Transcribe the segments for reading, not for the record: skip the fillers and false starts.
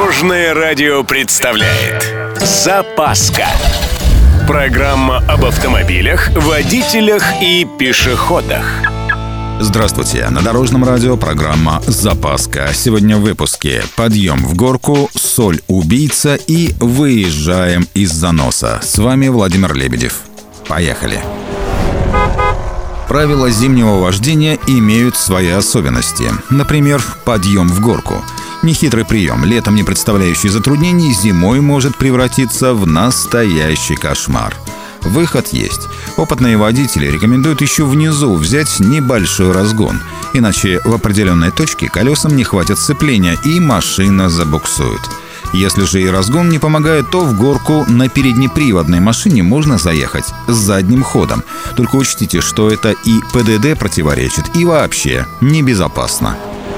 Дорожное радио представляет «Запаска». Программа об автомобилях, водителях и пешеходах. Здравствуйте, на Дорожном радио программа «Запаска». Сегодня в выпуске: подъем в горку, соль-убийца и выезжаем из заноса. С вами Владимир Лебедев. Поехали. Правила зимнего вождения имеют свои особенности. Например, подъем в горку. Нехитрый прием, летом не представляющий затруднений, зимой может превратиться в настоящий кошмар. Выход есть. Опытные водители рекомендуют еще внизу взять небольшой разгон, иначе в определенной точке колесам не хватит сцепления и машина забуксует. Если же и разгон не помогает, то в горку на переднеприводной машине можно заехать с задним ходом. Только учтите, что это и ПДД противоречит, и вообще небезопасно.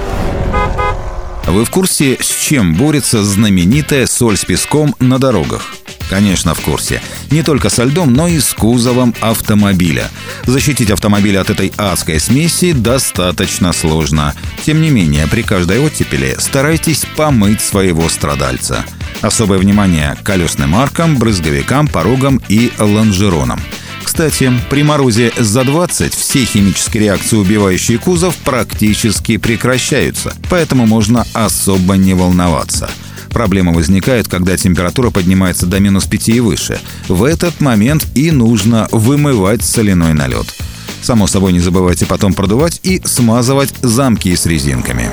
Вы в курсе, с чем борется знаменитая соль с песком на дорогах? Конечно, в курсе. Не только со льдом, но и с кузовом автомобиля. Защитить автомобиль от этой адской смеси достаточно сложно. Тем не менее, при каждой оттепели старайтесь помыть своего страдальца. Особое внимание к колесным аркам, брызговикам, порогам и лонжеронам. Кстати, при морозе за 20 все химические реакции, убивающие кузов, практически прекращаются, поэтому можно особо не волноваться. Проблема возникает, когда температура поднимается до -5 и выше. В этот момент и нужно вымывать соляной налет. Само собой, не забывайте потом продувать и смазывать замки с резинками.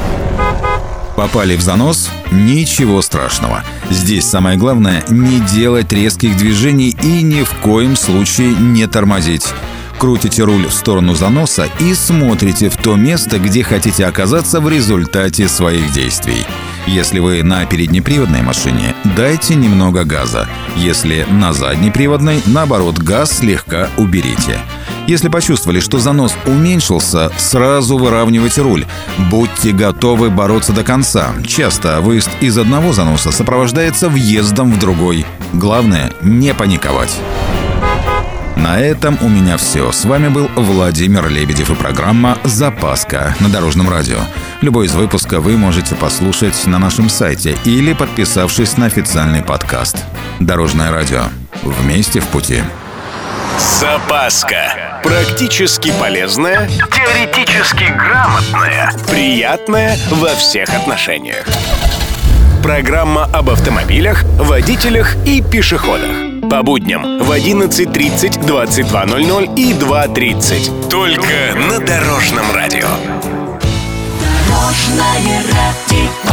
Попали в занос? Ничего страшного. Здесь самое главное — не делать резких движений и ни в коем случае не тормозить. Крутите руль в сторону заноса и смотрите в то место, где хотите оказаться в результате своих действий. Если вы на переднеприводной машине, дайте немного газа. Если на заднеприводной, наоборот, газ слегка уберите. Если почувствовали, что занос уменьшился, сразу выравнивайте руль. Будьте готовы бороться до конца. Часто выезд из одного заноса сопровождается въездом в другой. Главное — не паниковать. На этом у меня все. С вами был Владимир Лебедев и программа «Запаска» на Дорожном радио. Любой из выпусков вы можете послушать на нашем сайте или подписавшись на официальный подкаст. Дорожное радио. Вместе в пути. «Запаска». Практически полезная, теоретически грамотная, приятная во всех отношениях. Программа об автомобилях, водителях и пешеходах. По будням в 11:30, 22:00 и 2:30. Только на Дорожном радио. Дорожное радио.